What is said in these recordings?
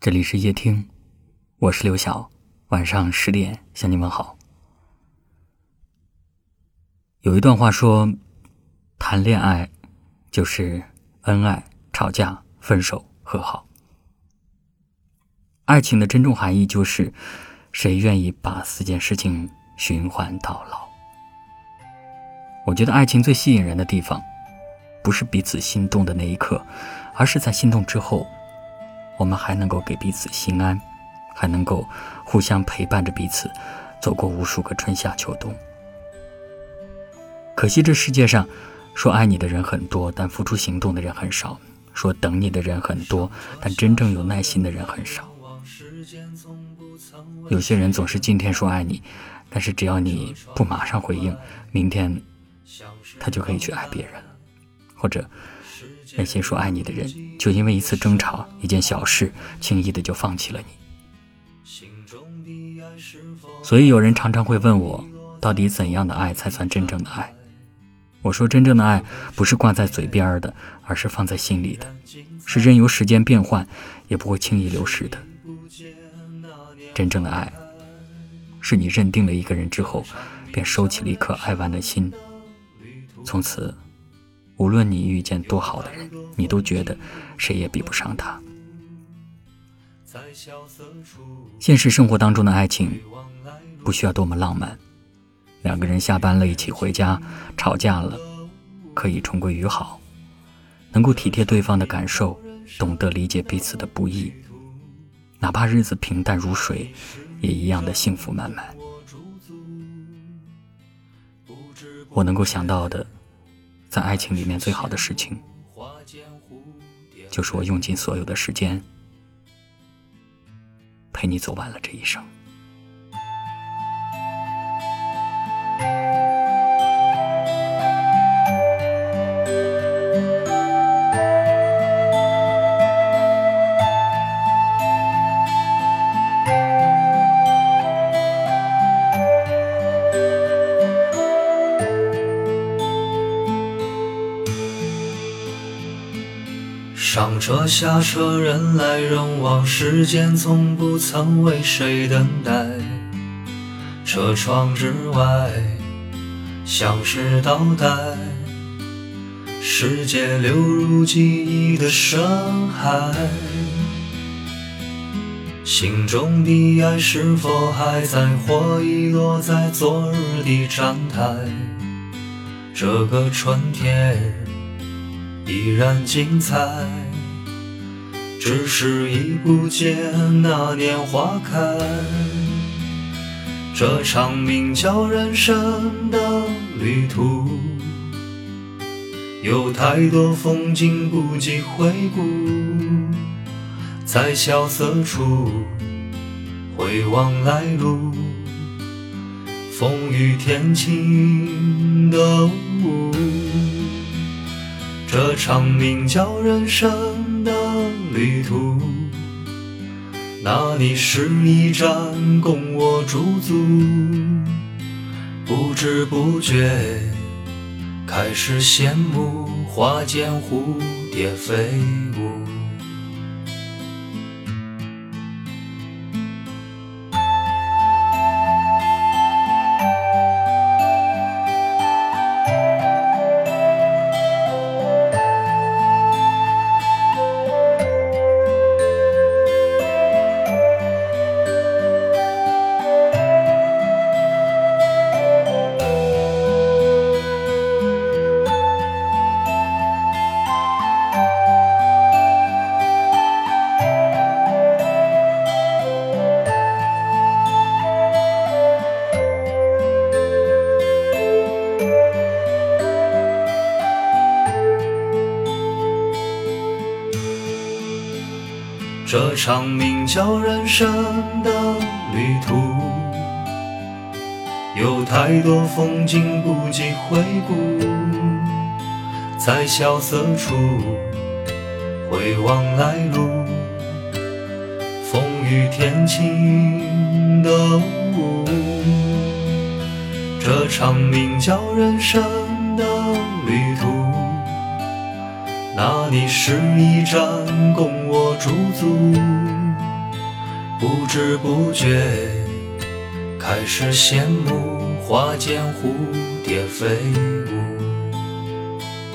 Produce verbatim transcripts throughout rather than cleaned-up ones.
这里是夜听，我是刘晓，晚上十点向你问好。有一段话说，谈恋爱就是恩爱、吵架、分手、和好。爱情的真正含义就是谁愿意把四件事情循环到老。我觉得爱情最吸引人的地方不是彼此心动的那一刻，而是在心动之后，我们还能够给彼此心安，还能够互相陪伴着彼此走过无数个春夏秋冬。可惜这世界上说爱你的人很多，但付出行动的人很少；说等你的人很多，但真正有耐心的人很少。有些人总是今天说爱你，但是只要你不马上回应，明天他就可以去爱别人了。或者那些说爱你的人，就因为一次争吵，一件小事，轻易的就放弃了你。所以有人常常会问我，到底怎样的爱才算真正的爱？我说，真正的爱不是挂在嘴边的，而是放在心里的，是任由时间变换也不会轻易流逝的。真正的爱是你认定了一个人之后，便收起了一颗爱玩的心，从此无论你遇见多好的人，你都觉得谁也比不上他。现实生活当中的爱情不需要多么浪漫，两个人下班了一起回家，吵架了可以重归于好，能够体贴对方的感受，懂得理解彼此的不易，哪怕日子平淡如水，也一样的幸福满满。我能够想到的，在爱情里面最好的事情，就是我用尽所有的时间陪你走完了这一生。 上车下车，人来人往，时间从不曾为谁等待。车窗之外，像是倒带，世界流入记忆的深海。心中的爱是否还在，或遗落在昨日的站台？这个春天依然精彩，只是已不见那年花开。这场名叫人生的旅途，有太多风景不及回顾，在萧瑟处回望来路，风雨天晴的雾。这场名叫人生的旅途，那里是一站供我驻足，不知不觉开始羡慕花间蝴蝶飞舞。这场名叫人生的旅途，有太多风景不及回顾，在萧瑟处回望来路，风雨天晴的雾。这场名叫人生的旅途，那里是一站供我驻足， 不知不觉开始羡慕花间蝴蝶飞舞，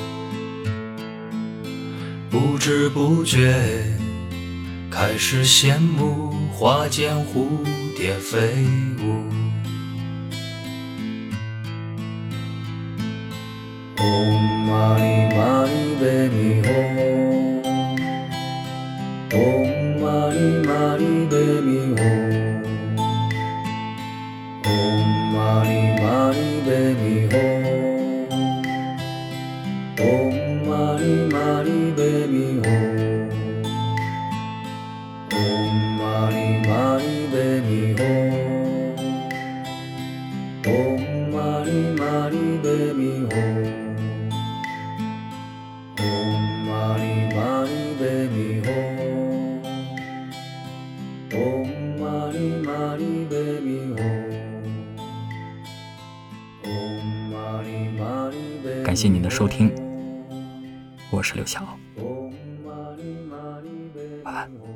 不知不觉开始羡慕花间蝴蝶飞舞。Om mani mani padme hum, Om mani mani padme hum, Om mani mani padme hum, Om mani mani padme hum, Om mani mani padme hum, Om mani mani padme hum. 感谢您的收听，我是刘晓，晚安。